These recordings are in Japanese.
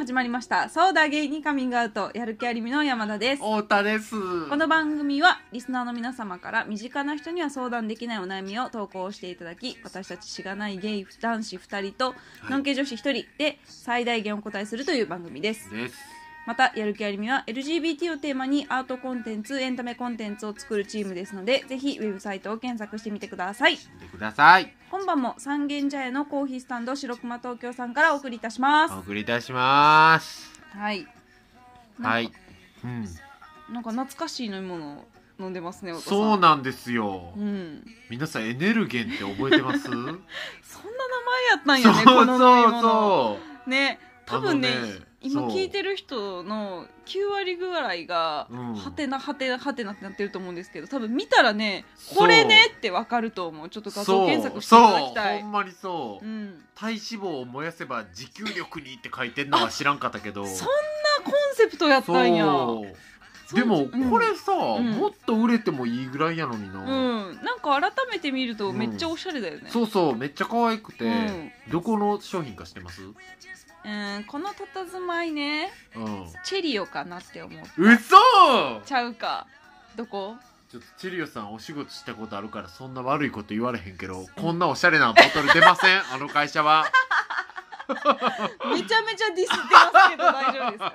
始まりました。そうだゲイにカミングアウト、やる気ありみの山田です。 太田です。 この番組はリスナーの皆様から身近な人には相談できないお悩みを投稿していただき、私たちしがないゲイ男子2人とのんけ女子1人で最大限お答えするという番組です。またやる気ありみは LGBT をテーマにアートコンテンツ、エンタメコンテンツを作るチームですので、ぜひウェブサイトを検索してみてください。今晩も三軒茶屋のコーヒースタンド白熊東京さんからお送りいたします。 お送りいたします。 はい。 はい。 なんか懐かしい飲み物を飲んでますね。 そうなんですよ。皆さんエネルゲンって覚えてます？そんな名前やったんやね。この飲み物。ね、多分ね。今聞いてる人の9割ぐらいがハテナハテナハテナってなってると思うんですけど、多分見たらね、これねってわかると思う。ちょっと画像検索していただきたい。 ほんまにそう、体脂肪を燃やせば持久力にって書いてんのは知らんかったけど、 そんなコンセプトやったんや。 でもこれさ、もっと売れてもいいぐらいやのにな。 なんか改めて見るとめっちゃおしゃれだよね。 そうそう、めっちゃ可愛くて、どこの商品か知ってます？ この佇まいね、チェリオかなって思う。 嘘ちゃうか。どこ？ ちょっとチェリオさんお仕事したことあるからそんな悪いこと言われへんけど、こんなおしゃれなボトル出ませんあの会社は。 めちゃめちゃディスってますけど大丈夫ですか？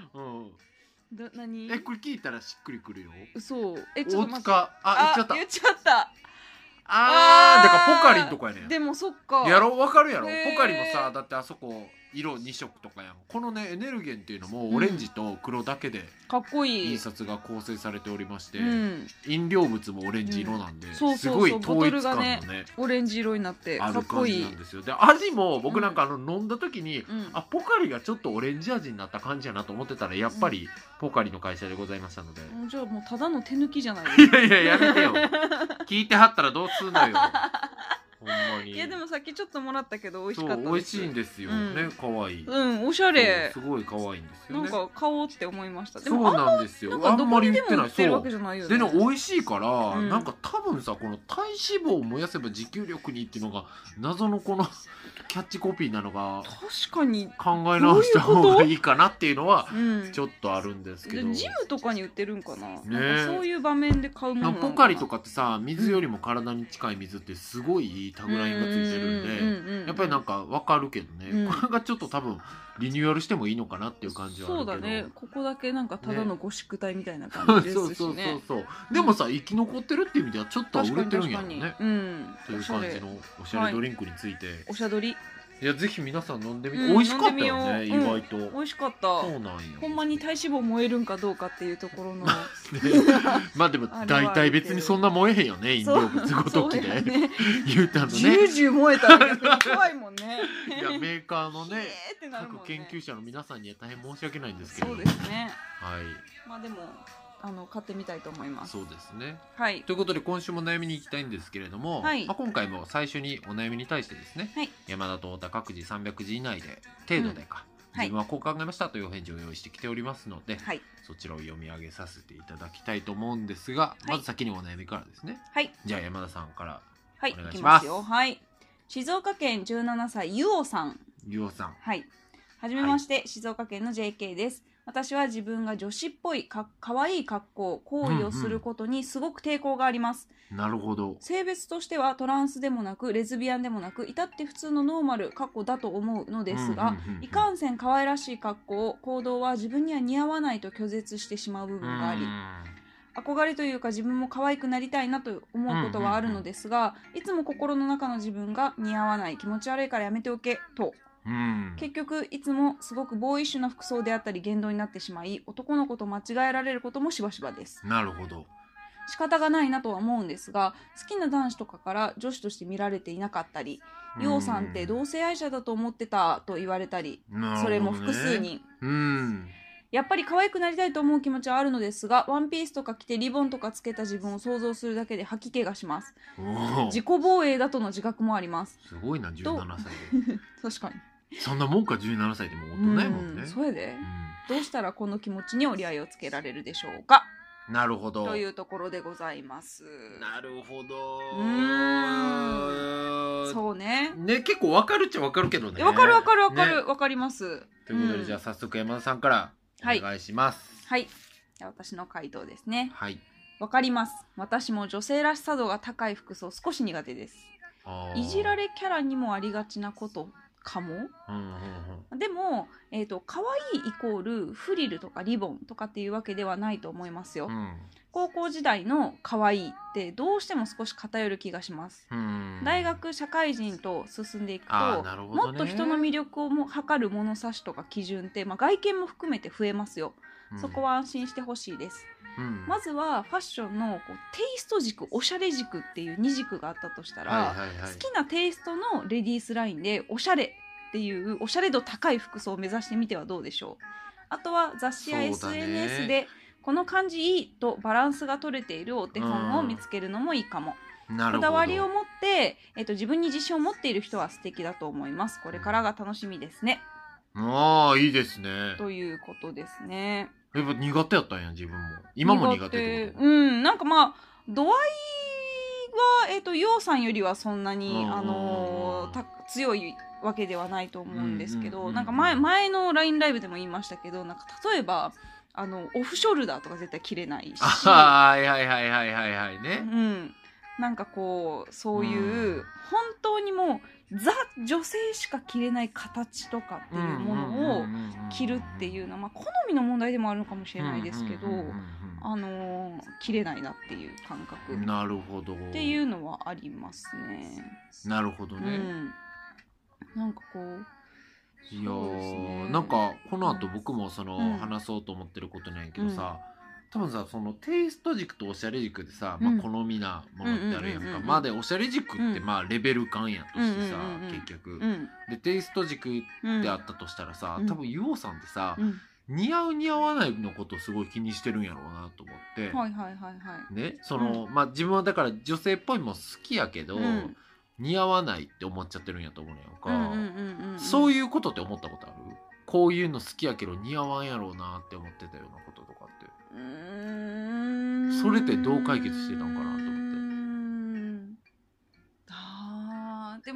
何？ これ聞いたらしっくりくるよ。 嘘。ちょっと待って。言っちゃった。 言っちゃった。 だからポカリンとかやねん。 でもそっか。 やろ、わかるやろ。ポカリもさ、だってあそこ色2色とかやん。このねエネルゲンっていうのもオレンジと黒だけでかっこいい印刷が構成されておりまして、飲料物もオレンジ色なんで、すごい統一感のねオレンジ色になってある感じなんですよ。で味も僕なんか飲んだ時に、ポカリがちょっとオレンジ味になった感じやなと思ってたら、やっぱりポカリの会社でございましたので、 じゃあもうただの手抜きじゃないですか。 いややめてよ。聞いてはったらどうすんのよ。ほんまに。 いやでもさっきちょっともらったけど美味しかったです。 美味しいんですよね。可愛い。 おしゃれ。 すごい可愛いんですよね。 なんか買おうって思いました。 そうなんですよ。 あんまり言ってない。そうでね、美味しいから、なんか多分さ、この体脂肪を燃やせば持久力にっていうのが謎のこのキャッチコピーなのが、 確かに考え直した方がいいかなっていうのはちょっとあるんですけど。 ジムとかに売ってるんかな。そういう場面で買うものなのかな。 ポカリとかってさ、水よりも体に近い水ってすごいいいタグラインがついてるんで、やっぱりなんかわかるけどね、これがちょっと多分リニューアルしてもいいのかなっていう感じはあるけど。そうだね。 ここだけなんかただのゴシック体みたいな感じですしね。 そうでもさ、生き残ってるっていう意味ではちょっとは売れてるんやろね。という感じのおしゃれドリンクについて。 おしゃどり。 いや、ぜひ皆さん飲んでみて。美味しかったよね、意外と。 美味しかった。 そうなんよ。 ほんまに体脂肪燃えるんかどうかっていうところの。 まあでも大体別にそんな燃えへんよね、飲料物ごときで。言うたのね。 ジュージュー燃えたら逆に怖いもんね。 いや、メーカーのね、各研究者の皆さんには大変申し訳ないんですけど。 そうですね。 はい。 まあでも。買ってみたいと思います。 そうですね。 はい。 ということで今週も悩みに行きたいんですけれども、今回も最初にお悩みに対してですね、山田と太田各自300字以内で程度でか、自分はこう考えましたというお返事を用意してきておりますので、そちらを読み上げさせていただきたいと思うんですが、まず先にお悩みからですね。じゃあ山田さんからお願いします。 静岡県17歳ゆおさん。はい。はじめまして、静岡県の JK です。私は自分が女子っぽい可愛い格好、行為をすることにすごく抵抗があります。 なるほど。 性別としてはトランスでもなくレズビアンでもなく、至って普通のノーマルだと思うのですが、いかんせん可愛らしい格好、行動は自分には似合わないと拒絶してしまう部分があり、憧れというか自分も可愛くなりたいなと思うことはあるのですが、いつも心の中の自分が似合わない、気持ち悪いからやめておけと。結局いつもすごくボーイッシュな服装であったり言動になってしまい、男の子と間違えられることもしばしばです。 なるほど。 仕方がないなとは思うんですが、好きな男子とかから女子として見られていなかったり、ようさんって同性愛者だと思ってたと言われたり、それも複数人。やっぱり可愛くなりたいと思う気持ちはあるのですが、ワンピースとか着てリボンとかつけた自分を想像するだけで吐き気がします。自己防衛だとの自覚もあります。 すごいな、17歳で。 確かに。 そんなもんか、17歳でも大人やもんね。 それで、どうしたらこの気持ちに折り合いをつけられるでしょうか。 なるほど。 というところでございます。 なるほど。 そうね。 ね、結構わかるっちゃわかるけどね。 わかるわかります。 ということで、じゃあ早速山田さんからお願いします。 はい。私の回答ですね。 はい。 わかります。私も女性らしさ度が高い服装少し苦手です。いじられキャラにもありがちなことかも。でも、可愛いイコールフリルとかリボンとかっていうわけではないと思いますよ。高校時代の可愛いってどうしても少し偏る気がします。大学社会人と進んでいくと、もっと人の魅力を測る物差しとか基準って、外見も含めて増えますよ。そこは安心してほしいです。まずはファッションのテイスト軸、おしゃれ軸っていう2軸があったとしたら、好きなテイストのレディースラインでおしゃれっていうおしゃれ度高い服装を目指してみてはどうでしょう。あとは雑誌や SNS でこの感じいいとバランスが取れているお手本を見つけるのもいいかも。こだわりを持って、自分に自信を持っている人は素敵だと思います。これからが楽しみですね。 いいですね。 ということですね。 やっぱ苦手やったんや、自分も。今も苦手ってこと？ なんか度合いはヨウさんよりはそんなに強いわけではないと思うんですけど、なんか前の LINE ライブでも言いましたけど、なんか例えばオフショルダーとか絶対着れないし、 はいね。 なんかそういう本当にもうザ女性しか着れない形とかっていうものを着るっていうのは、好みの問題でもあるのかもしれないですけど、着れないなっていう感覚。 なるほど。 っていうのはありますね。 なるほどね。 なんかいやー、なんかこの後僕も話そうと思ってることなんやけどさ、多分さ、そのテイスト軸とおしゃれ軸でさ、好みなものってあるやんか。でおしゃれ軸ってレベル感やとしてさ、結局でテイスト軸ってあったとしたらさ、多分ユオさんってさ、似合う似合わないのことをすごい気にしてるんやろうなと思って、ね、自分はだから女性っぽいも好きやけど、似合わないって思っちゃってるんやと思うやんか。そういうことって思ったことある？こういうの好きやけど似合わんやろうなって思ってたようなこととかって。それってどう解決してたんかなと思って。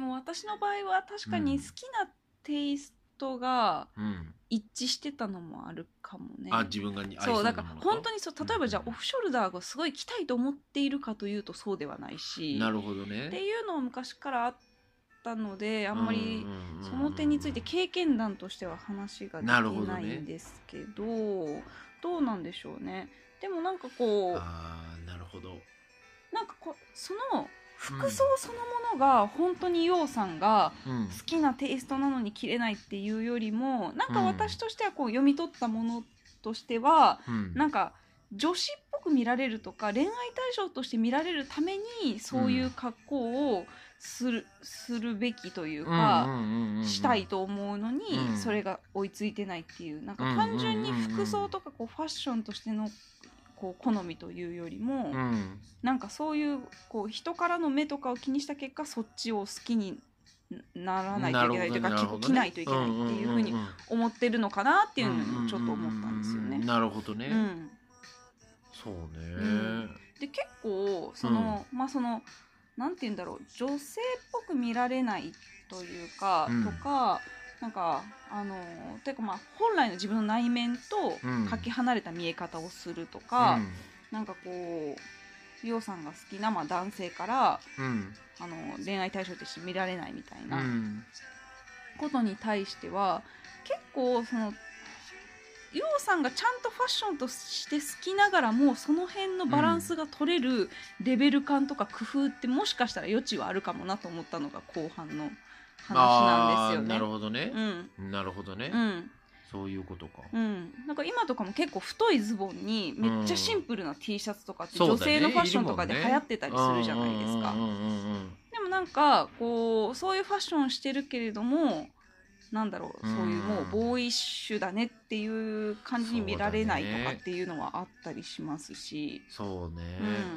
でも私の場合は確かに好きなテイストが一致してたのもあるかもね。 自分がそうだから本当に例えばじゃあオフショルダーがすごい着たいと思っているかというとそうではないし。 なるほどね。 っていうのは昔からあったので、あんまりその点について経験談としては話ができないんですけど、どうなんでしょうね。でもなんかなるほど。 なんかその服装そのものが本当にヨウさんが好きなテイストなのに着れないっていうよりも、なんか私としては読み取ったものとしては、なんか女子っぽく見られるとか恋愛対象として見られるためにそういう格好をするべきというかしたいと思うのに、それが追いついてないっていう、なんか単純に服装とかファッションとしての好みというよりも、なんかそういう人からの目とかを気にした結果、そっちを好きにならないといけないというか、結構着ないといけないっていうふうに思ってるのかなっていうのをちょっと思ったんですよね。 なるほどね。そうね。 で結構なんて言うんだろう、女性っぽく見られないというか、とかなんかていうか本来の自分の内面とかけ離れた見え方をするとか、なんかユオさんが好きな男性から、恋愛対象として見られないみたいなことに対しては、結構ユオさんがちゃんとファッションとして好きながらも、その辺のバランスが取れるレベル感とか工夫ってもしかしたら余地はあるかもなと思ったのが後半の話なんですよね。 なるほどね。なるほどね。そういうことか。 なんか今とかも結構太いズボンにめっちゃシンプルな T シャツとかって女性のファッションとかで流行ってたりするじゃないですか。でもなんかそういうファッションしてるけれども、なんだろう、そういうもうボーイッシュだねっていう感じに見られないとかっていうのはあったりしますし。 そうね。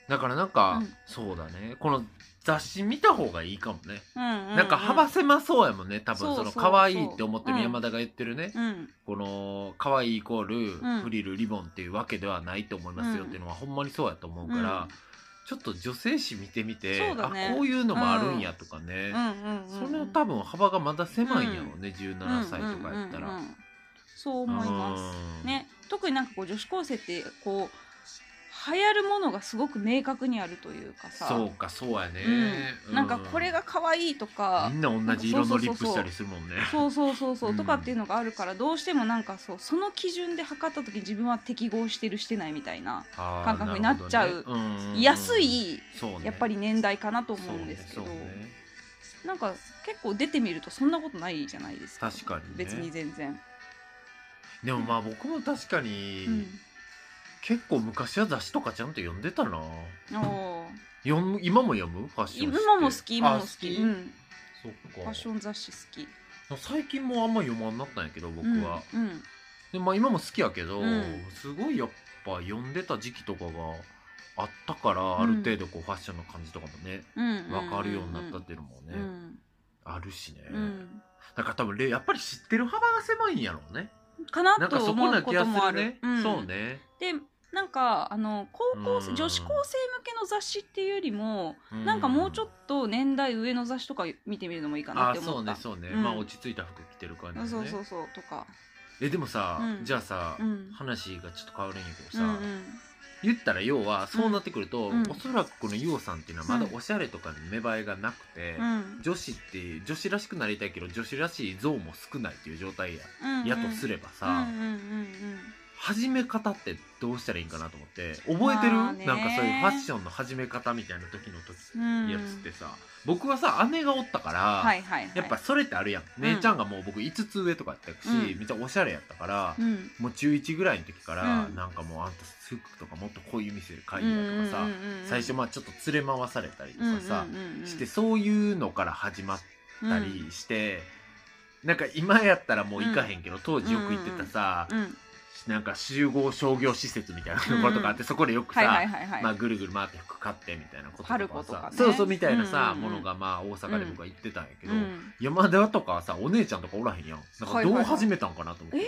だからなんか、そうだね、この雑誌見た方がいいかもね、なんか幅狭そうやもんね多分。その可愛いって思ってる山田が言ってるね、この可愛いイコールフリルリボンっていうわけではないと思いますよっていうのはほんまにそうやと思うから、ちょっと女性誌見てみて、あこういうのもあるんやとかね、その多分幅がまだ狭いんやろうね、17歳とかやったら。 そう思いますね。特になんかこう女子高生ってこう流行るものがすごく明確にあるというかさ。 そうか、そうやね、 なんかこれが可愛いとか、 みんな同じ色のリップしたりするもんね。 そうとかっていうのがあるから、どうしてもなんかその基準で測った時に自分は適合してるしてないみたいな感覚になっちゃう、安いやっぱり年代かなと思うんですけど、なんか結構出てみるとそんなことないじゃないですか。 確かにね。 別に全然。 でもまあ僕も確かに、結構昔は雑誌とかちゃんと読んでたな。今も読む？ファッション誌って。 今も好き、今も好き。 そっか。 ファッション雑誌好き。 最近もあんま読まんなったんやけど僕は。でまあ今も好きやけど、すごいやっぱ読んでた時期とかがあったから、ある程度こうファッションの感じとかもね分かるようになったっていうのもねあるしね。だから多分やっぱり知ってる幅が狭いんやろうね。 かなと思うこともある。 そうね。 でなんか女子高生向けの雑誌っていうよりも、なんかもうちょっと年代上の雑誌とか見てみるのもいいかなって思った。 そうね。まあ落ち着いた服着てる感じね。 そうとか。 でもさ、じゃあさ、話がちょっと変わるんやけどさ、言ったら要はそうなってくると、おそらくこのユオさんっていうのはまだおしゃれとかに芽生えがなくて、女子って女子らしくなりたいけど女子らしい像も少ないっていう状態やとすればさ、始め方ってどうしたらいいんかなと思って。覚えてる？なんかそういうファッションの始め方みたいな時のやつってさ、僕はさ姉がおったから、やっぱそれってあるやん。姉ちゃんがもう僕5つ上とかやったし、めっちゃおしゃれやったから、もう中1ぐらいの時から、なんかもうあんた服とかもっとこういう店で買いやとかさ、最初まあちょっと連れ回されたりとかさして、そういうのから始まったりして、なんか今やったらもう行かへんけど、当時よく行ってたさ、なんか集合商業施設みたいなところとかあって、そこでよくさぐるぐる回って服買ってみたいなこととかさ、そうみたいなさものがまあ大阪で僕は行ってたんやけど、山田とかさお姉ちゃんとかおらへんやん。なんかどう始めたんかなと思って。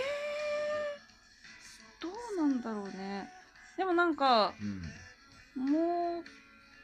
どうなんだろうね。でもなんかもう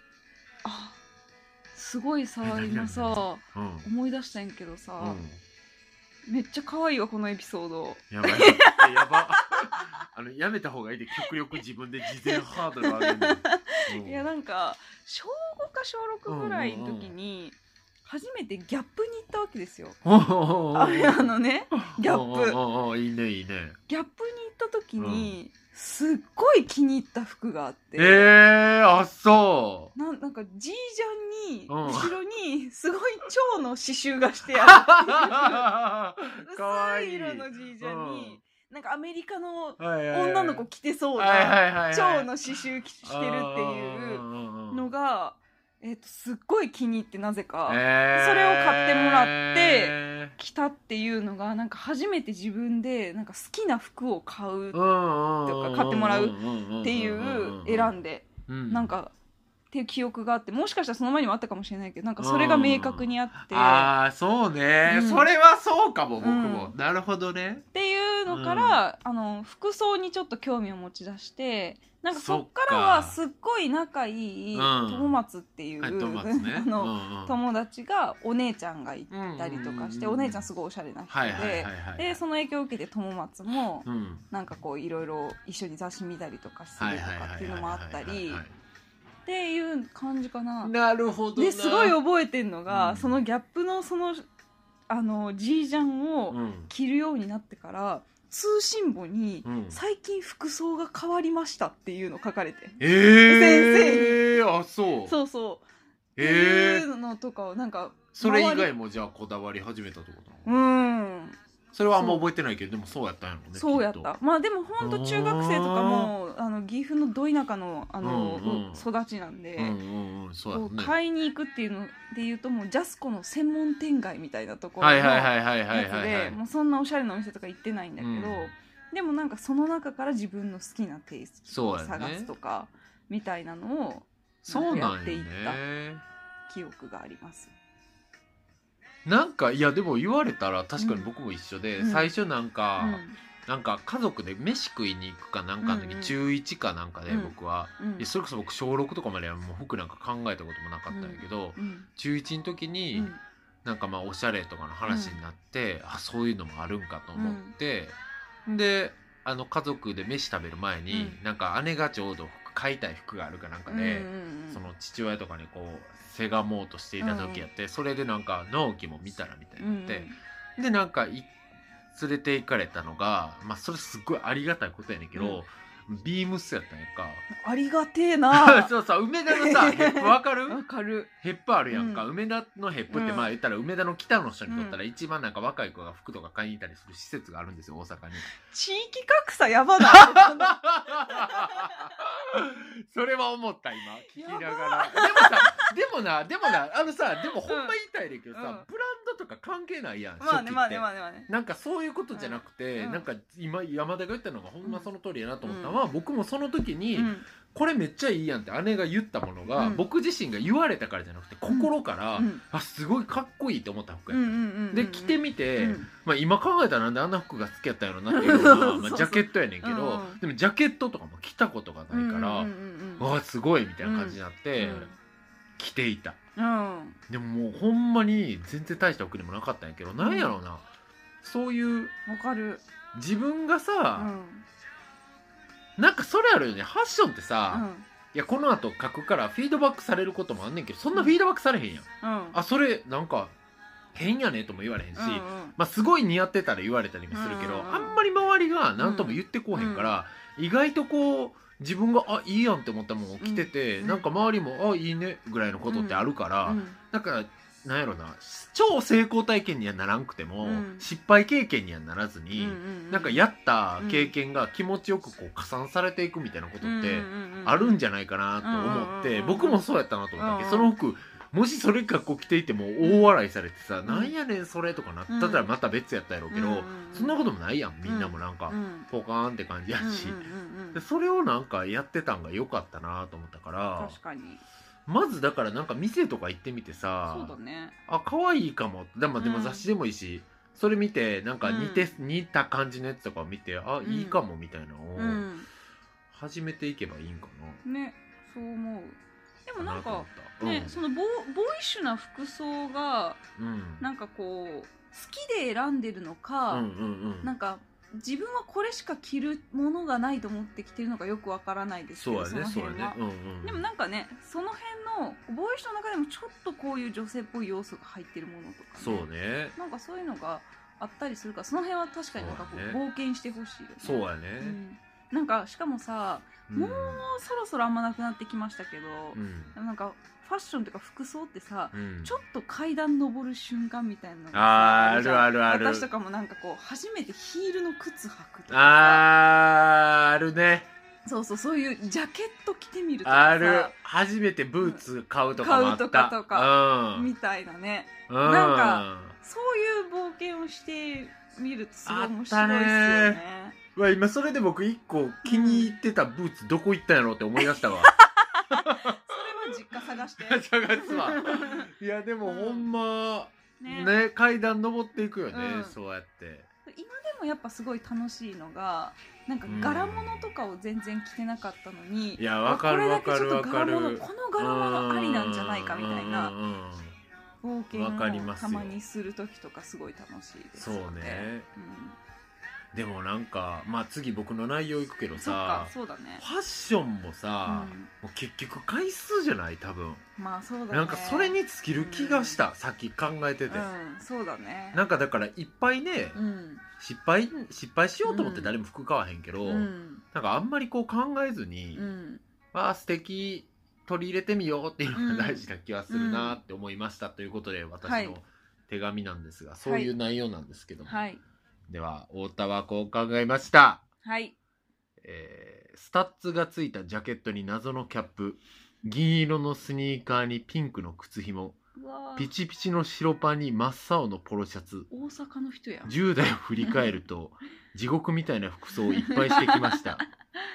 すごいさ、今さ思い出したんやけどさ、めっちゃ可愛いわこのエピソード。 やばいやばやめた方がいいで、極力自分で事前ハードル上げるの。 いやなんか小5か小6ぐらいの時に初めてギャップに行ったわけですよ。ギャップ。 いいねいいね。 ギャップに行った時にすっごい気に入った服があって。 そう。 なんかジージャンに後ろにすごい蝶の刺繍がしてあるっていう薄い色のジージャンになんかアメリカの女の子着てそうな蝶の刺繍してるっていうのがすっごい気に入って、なぜかそれを買ってもらって着たっていうのが、なんか初めて自分でなんか好きな服を買うとか買ってもらうっていう選んで、なんかっていう記憶があって、もしかしたらその前にもあったかもしれないけど、なんかそれが明確にあって、 そうね、それはそうかも僕も、なるほどねっていうのから、服装にちょっと興味を持ち出して、なんかそっからはすっごい仲いい友松っていう友達がお姉ちゃんがいたりとかして、お姉ちゃんすごいおしゃれな人で、その影響を受けて友松もなんかこういろいろ一緒に雑誌見たりとかするとかっていうのもあったりっていう感じかな。 なるほどな。 ですごい覚えてんのが、そのギャップのジージャンを着るようになってから、通信簿に最近服装が変わりましたっていうの書かれて、先生にそうっていうのとかをなんか、 それ以外もじゃあこだわり始めたってことなの？それはあんま覚えてないけど、でもそうやったんやろね。 そうやった。まあでも本当中学生とかも岐阜のど田舎の育ちなんで、買いに行くっていうのでいうと、もうジャスコの専門店街みたいなところのやつで、もうそんなおしゃれなお店とか行ってないんだけど、でもなんかその中から自分の好きなテイストを探すとかみたいなのをやっていった記憶があります。 なんかいやでも言われたら確かに僕も一緒で、最初なんか家族で飯食いに行くかなんかの時、中1かなんかで僕は、それこそ僕小6とかまではもう服なんか考えたこともなかったんやけど、中1の時になんかまあおしゃれとかの話になって、あそういうのもあるんかと思って、で家族で飯食べる前に、なんか姉がちょうど買いたい服があるかなんかで、その父親とかにこうせがもうとしていた時やって、それでなんか直樹も見たらみたいになって、でなんか連れて行かれたのが、まあそれすっごいありがたいことやねんけど、ビームスやったんやんか。 ありがてえなそうそう、梅田のさヘップわかる？ わかる。 ヘップあるやんか、梅田のヘップってまあ言ったら梅田の北の人にとったら一番なんか若い子が服とか買いに行ったりする施設があるんですよ、大阪に。 地域格差やばないそれは思った今聞きながら。でもなでもほんま言いたいねんけどさ、ブランドとか関係ないやん。 まあね。 なんかそういうことじゃなくて、なんか今山田が言ったのがほんまその通りやなと思ったのは、僕もその時に、これめっちゃいいやんって姉が言ったものが、僕自身が言われたからじゃなくて心から、あすごいかっこいいと思った服やった。で着てみて、まあ今考えたらなんであんな服が好きやったんやろなっていうのがジャケットやねんけど、でもジャケットとかも着たことがないから、あすごいみたいな感じになって、着ていた。でももうほんまに全然大した服でもなかったんやけど、なんやろうな、そういうわかる自分がさ、なんかそれあるよね。ファッションってさ、いやこの後書くからフィードバックされることもあんねんけど、そんなフィードバックされへんやん。あそれなんか変やねとも言われへんし、まあすごい似合ってたら言われたりもするけど、あんまり周りが何とも言ってこうへんから、意外とこう自分があいいやんって思ったものを着てて、なんか周りもあいいねぐらいのことってあるから、なんかなんやろな、超成功体験にはならんくても、失敗経験にはならずに、なんかやった経験が気持ちよくこう加算されていくみたいなことってあるんじゃないかなと思って、僕もそうやったなと思ったけど、その服もしそれがこう着ていても大笑いされてさ、なんやねんそれとかなったらまた別やったやろうけど、そんなこともないやん。みんなもなんかポカーンって感じやし、それをなんかやってたんが良かったなと思ったから。 確かに。 まずだからなんか店とか行ってみてさ、 そうだね、 あ可愛いかも。でも雑誌でもいいし、それ見てなんか似た感じのやつとかを見て、あいいかもみたいなのを始めていけばいいんかな。 ね、そう思う。でもなんかね、そのボーイッシュな服装がなんかこう好きで選んでるのか、なんか自分はこれしか着るものがないと思って着てるのかよくわからないですけど、その辺は。でもなんかね、その辺のボーイッシュの中でもちょっとこういう女性っぽい要素が入ってるものとかね、 そうね、 なんかそういうのがあったりするから、その辺は確かになんかこう冒険してほしいよね。 そうやね、 なんかしかもさ、もうそろそろあんまなくなってきましたけど、なんかファッションというか服装ってさ、ちょっと階段登る瞬間みたいなのがあるあるある。 私とかもなんかこう初めてヒールの靴履くとかあるね。 そういうジャケット着てみるとかさ、 ある。初めてブーツ買うとかもあった。 買うとかみたいなね、なんかそういう冒険をしてみるとすごい面白いですよね。 今それで僕一個気に入ってたブーツどこ行ったんやろうって思い出したわ。 それは実家探して探すわ。いやでもほんまね、階段登っていくよね、そうやって。 今でもやっぱすごい楽しいのが、なんか柄物とかを全然着てなかったのに、 いやわかるわかるわかる、 この柄物ありなんじゃないかみたいな冒険をたまにする時とかすごい楽しいですよね。そうね。 でもなんかまあ次僕の内容いくけどさ、 そうだね、 ファッションもさ、もう結局回数じゃない多分。 まあそうだね。 なんかそれに尽きる気がした、さっき考えてて。 そうだね。 なんかだからいっぱいね、失敗しようと思って誰も服買わへんけど、なんかあんまりこう考えずに、あ素敵取り入れてみようっていうのが大事な気がするなって思いましたということで、私の手紙なんですが、そういう内容なんですけども。では太田はこう考えました。 はい。 スタッツがついたジャケットに謎のキャップ、銀色のスニーカーにピンクの靴ひも、ピチピチの白パンに真っ青のポロシャツ。 大阪の人や。 10代を振り返ると地獄みたいな服装をいっぱいしてきました。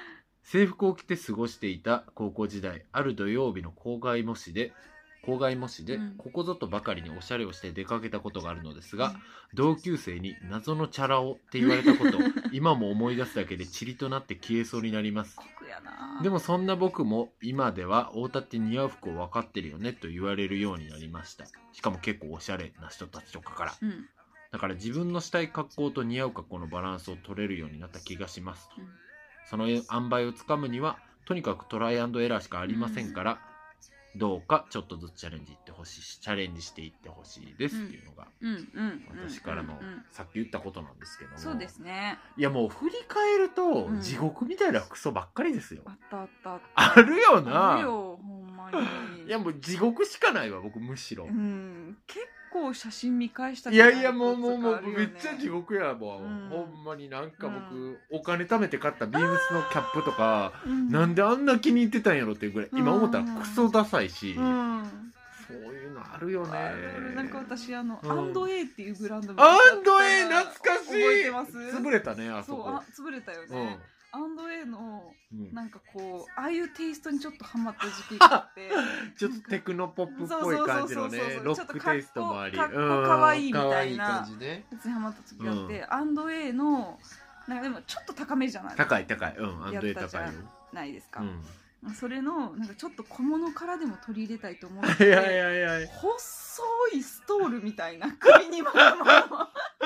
制服を着て過ごしていた高校時代、ある土曜日の校外模試で、ここぞとばかりにおしゃれをして出かけたことがあるのですが、同級生に謎のチャラ男って言われたこと今も思い出すだけで塵となって消えそうになります。でもそんな僕も今では太田って似合う服を分かってるよねと言われるようになりました。しかも結構おしゃれな人たちとかから、だから自分のしたい格好と似合う格好のバランスを取れるようになった気がしますと、その塩梅をつかむにはとにかくトライアンドエラーしかありませんから、どうかちょっとずつチャレンジしていってほしいですっていうのが私からのさっき言ったことなんですけども、 そうですね。 いやもう振り返ると地獄みたいな服装ばっかりですよ。 あるよな。 あるよほんまに。 いやもう地獄しかないわ僕むしろ。 結構写真見返した。 いやもうめっちゃ地獄やもう、ほんまになんか僕、お金貯めて買ったビームスのキャップとか、なんであんな気に入ってたんやろっていうぐらい、今思ったらクソダサいし、そういうのあるよね。 なんか私アンドエイっていうブランド、 アンドエイ懐かしい。 覚えてます？ 潰れたねあそこ。 潰れたよね。アンドエイのなんかこうああいうテイストにちょっとハマった時期があってちょっとテクノポップっぽい感じのねロックテイストもあり、 かっこかわいいみたいな感じね。 やつにハマった時があって、アンドエイのなんかでもちょっと高めじゃない？ 高いアンドエイ高いよ。 ないですか。それのなんかちょっと小物からでも取り入れたいと思って、細いストールみたいな首に巻くもの何か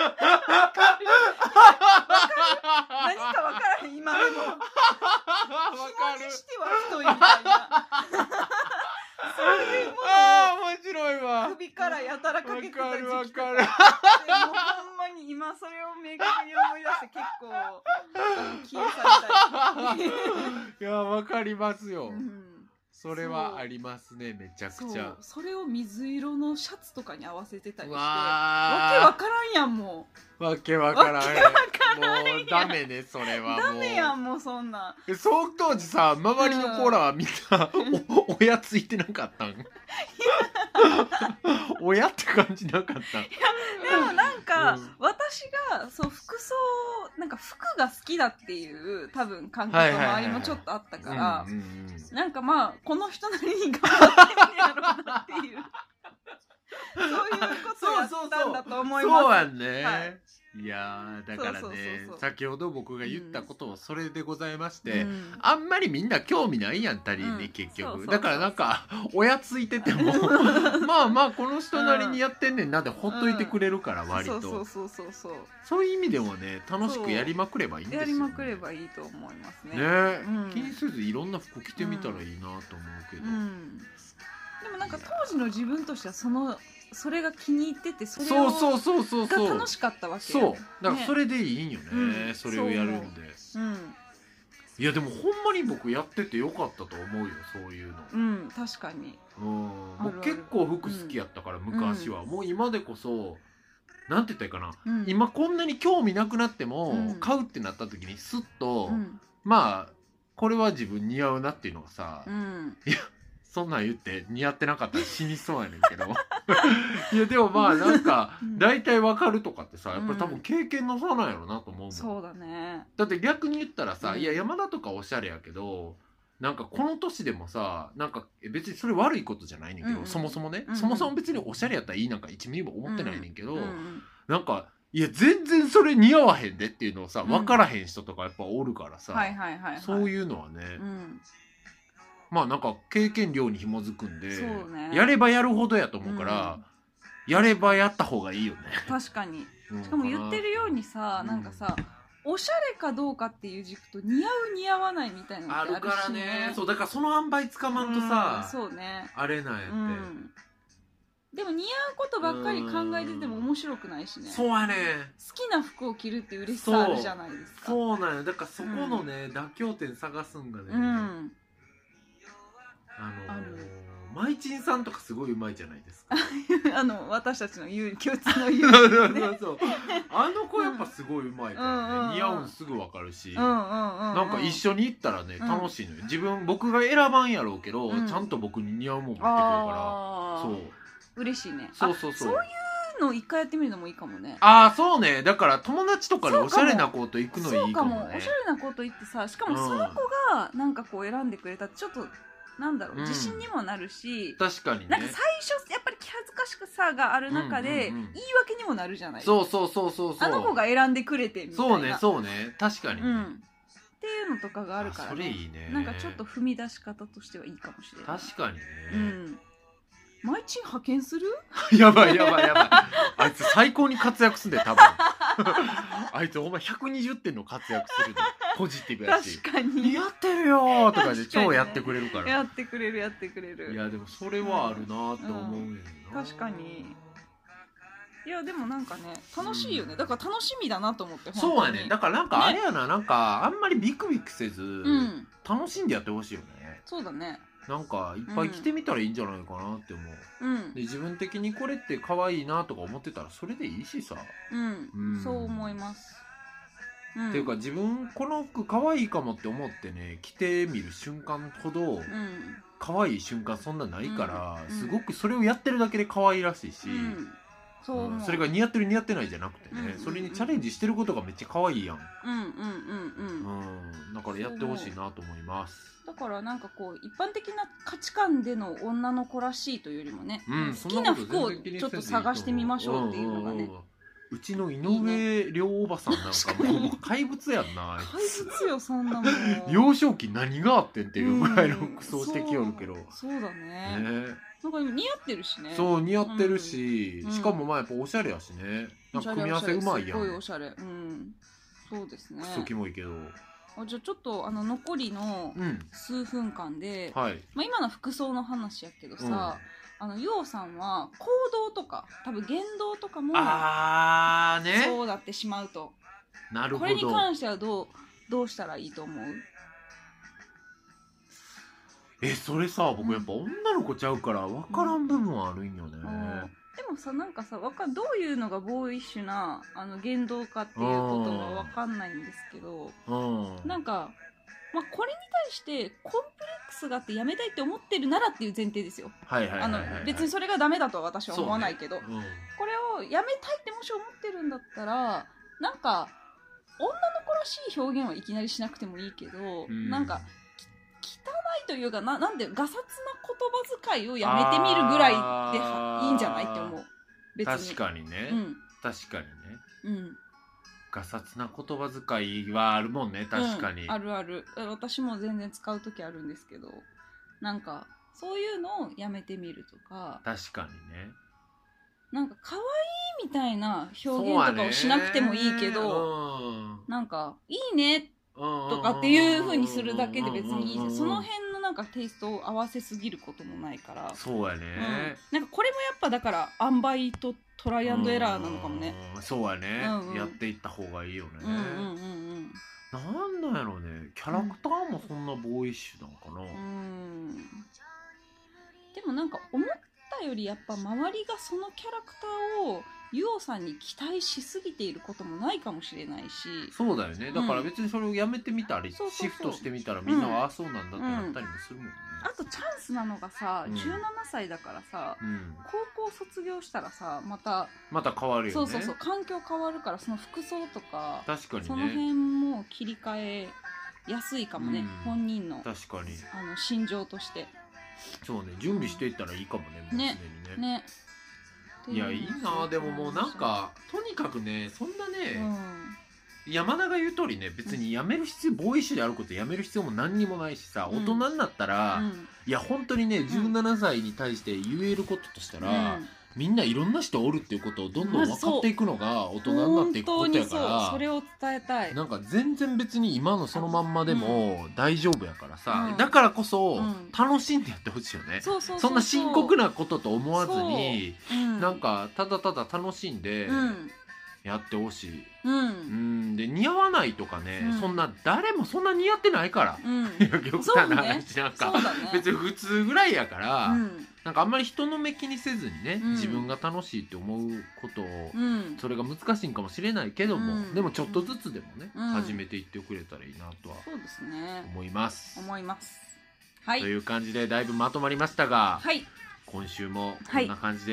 わからへん今でも。紐にしては太いみたいなそういうものを面白いわ。 首からやたらかけてた時期とか。でもほんまに今それを明確に思い出して結構消え去りたい。 いやわかりますよ。それはありますねめちゃくちゃ。 それを水色のシャツとかに合わせてたりして、わけわからんやんもう。わけわからん。もうダメねそれは。 ダメやんもうそんな。 その当時さ周りの子らはみんな親ついてなかったん？親って感じなかった。いやでもなんか、私がそう服装なんか服が好きだっていう多分感覚の周りもちょっとあったからなんかまあこの人なりに頑張ってるんやろうなっていうそういうことをやったんだと思います。 そうやんね。いやだからね先ほど僕が言ったことはそれでございまして、あんまりみんな興味ないやんたりね結局。だからなんか親ついててもまあこの人なりにやってんねんなでほっといてくれるから割とそういう意味でもね楽しくやりまくればいいんですよね。 やりまくればいいと思いますね。 気にせずいろんな服着てみたらいいなと思うけど。 でもなんか当時の自分としてはそれが気に入っててそれが楽しかったわけ。 そうだからそれでいいんよね、それをやるんで。いやでもほんまに僕やっててよかったと思うよそういうの。 確かに。 僕結構服好きやったから昔は。もう今でこそなんて言ったらいいかな、今こんなに興味なくなっても買うってなった時にスッとまあこれは自分似合うなっていうのがさ、いやそんなん言って似合ってなかったら死にそうやねんけどいやでもまあなんか大体わかるとかってさやっぱり多分経験の差なんやろなと思うもん。 そうだね。 だって逆に言ったらさ、いや山田とかおしゃれやけどなんかこの年でもさなんか別にそれ悪いことじゃないねんけど、そもそもね、そもそも別におしゃれやったらいいなんか1ミリも思ってないねんけど、なんかいや全然それ似合わへんでっていうのをさ分からへん人とかやっぱおるからさ、そういうのはね、まあなんか経験量に紐づくんで、やればやるほどやと思うから、やればやった方がいいよね。 確かに。しかも言ってるようにさ、なんかさおしゃれかどうかっていう軸と似合う似合わないみたいなのってあるしね。あるからね。 そうだからその塩梅つかまんとさ、 そうね。 あれなんやって。 でも似合うことばっかり考えてても面白くないしね。 そうやね。 好きな服を着るって嬉しさあるじゃないですか。 そうなんや。だからそこのね、妥協点探すんがね。マイチンさんとかすごいうまいじゃないですか。 私たちの共通の友人ね。 あの子やっぱすごいうまいからね、似合うんすぐわかるし、なんか一緒に行ったらね楽しいのよ。僕が選ばんやろうけど、ちゃんと僕に似合うもん持ってくるから、そう嬉しいね。 そういういうのを一回やってみるのもいいかもね。 ああそうね。だから友達とかでおしゃれな子と行くのいいかもね。 そうかも。おしゃれな子と行ってさ、しかもその子がなんかこう選んでくれたってちょっとなんだろう、自信にもなるし、 確かにね。 なんか最初やっぱり気恥ずかしくさがある中で、言い訳にもなるじゃない。 そうそうそうそう。 あの子が選んでくれてみたいな。 そうねそうね。確かにね。 っていうのとかがあるから、 それいいね。 なんかちょっと踏み出し方としてはいいかもしれない。 確かにね。 マイチン派遣する？ やばいやばいやばい。あいつ最高に活躍するんだよ多分。あいつお前120点の活躍するで。ポジティブやし。 確かに。 やってるよとかで超やってくれるから。 やってくれるやってくれる。 いやでもそれはあるなって思うよな。確かに。いやでもなんかね楽しいよね。だから楽しみだなと思って。 そうやね。だからなんかあれやな、なんかあんまりビクビクせず楽しんでやってほしいよね。 そうだね。 なんかいっぱい着てみたらいいんじゃないかなって思う。で自分的にこれって可愛いなとか思ってたらそれでいいしさ。 そう思います。 っていうか自分この服可愛いかもって思ってね着てみる瞬間ほど可愛い瞬間そんなないから、すごくそれをやってるだけで可愛らしいし、それが似合ってる似合ってないじゃなくてね、それにチャレンジしてることがめっちゃ可愛いやん。だからやってほしいなと思います。 だからなんかこう一般的な価値観での女の子らしいというよりもね、好きな服をちょっと探してみましょうっていうのがね。 うちの井上涼おばさんなんかもう怪物やんな。 怪物よそんなもん。 幼少期何があってんっていうぐらいの服装してきよるけど。 そうだね。なんか似合ってるしね。 そう似合ってるし、しかもまあやっぱおしゃれやしね。なんか組み合わせうまいやん。 すごいおしゃれ。そうですね。 クソキモいけど。 じゃあちょっと残りの数分間で、まあ今の服装の話やけどさ。ヨウさんは行動とか多分言動とかもそうなってしまうと。 なるほど。 これに関してはどうしたらいいと思う？ それさ僕やっぱ女の子ちゃうから分からん部分はあるんよね。 でもさなんかさどういうのがボーイッシュな言動かっていうことが分かんないんですけど、なんかまあ、これに対してコンプレックスがあってやめたいって思ってるならっていう前提ですよ。別にそれがダメだとは私は思わないけど、これをやめたいってもし思ってるんだったらなんか女の子らしい表現はいきなりしなくてもいいけど、なんか汚いというかなんでガサツな言葉遣いをやめてみるぐらいでいいんじゃないって思う。別に。 確かにね。確かにね。ガサツな言葉遣いはあるもんね。確かに、 あるある。私も全然使う時あるんですけど、なんかそういうのをやめてみるとか。 確かにね。 なんか可愛いみたいな表現とかをしなくてもいいけど、なんかいいねとかっていう風にするだけで別にいいし、その辺のなんかテイストを合わせすぎることもないから。 そうやね、 なんかこれもやっぱだから塩梅とトライアンドエラーなのかもね。 そうやね、やっていった方がいいよね。なんだろうね、キャラクターもそんなボーイッシュなのかな。 でもなんか思ったよりやっぱ周りがそのキャラクターをユオさんに期待しすぎていることもないかもしれないし。 そうだよね。だから別にそれをやめてみたり、シフトしてみたらみんなはそうなんだってなったりもするもんね。 あとチャンスなのがさ、17歳だからさ、高校卒業したらさまた変わるよね。 そう環境変わるから、その服装とか確かにね、 その辺も切り替えやすいかもね、本人の確かに心情として。 そうね、準備していったらいいかもね、もうすでにね。いやいいな。でももうなんかとにかくね、そんなね、山田が言う通りね、別にやめる必要、ボーイッシュであることやめる必要も何にもないしさ、大人になったら、いや本当にね、17歳に対して言えることとしたら、みんないろんな人おるっていうことをどんどん分かっていくのが大人になっていくことやから、 それを伝えたい。 なんか全然別に今のそのまんまでも大丈夫やからさ、だからこそ楽しんでやってほしいよね。そんな深刻なことと思わずに、なんかただただ楽しんでやってほしい。で似合わないとかね、そんな誰もそんな似合ってないから、極端な話、なんか別に普通ぐらいやから、なんかあんまり人の目気にせずにね、自分が楽しいって思うことを、それが難しいんかもしれないけども、でもちょっとずつでもね、始めていってくれたらいいなとは思います。という感じでだいぶまとまりましたが、今週もこんな感じで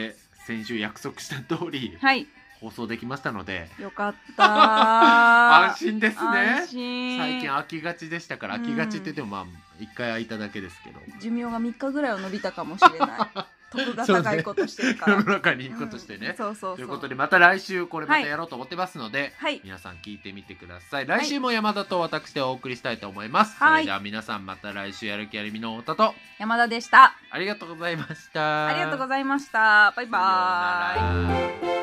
先週約束した通り、 はい、 放送できましたのでよかった安心ですね。 安心。 最近飽きがちでしたから、飽きがちって言ってもまあ1回空いただけですけど、 寿命が3日ぐらいは伸びたかもしれない得が高いことしてるから、 世の中にいいことしてね、 そうそうそう。 ということでまた来週これまたやろうと思ってますので、 はい、 皆さん聞いてみてください。来週も山田と私でお送りしたいと思います。 はい、 それでは皆さんまた来週。やる気ありみの太田と山田でした。 ありがとうございました。 ありがとうございました。バイバーイ。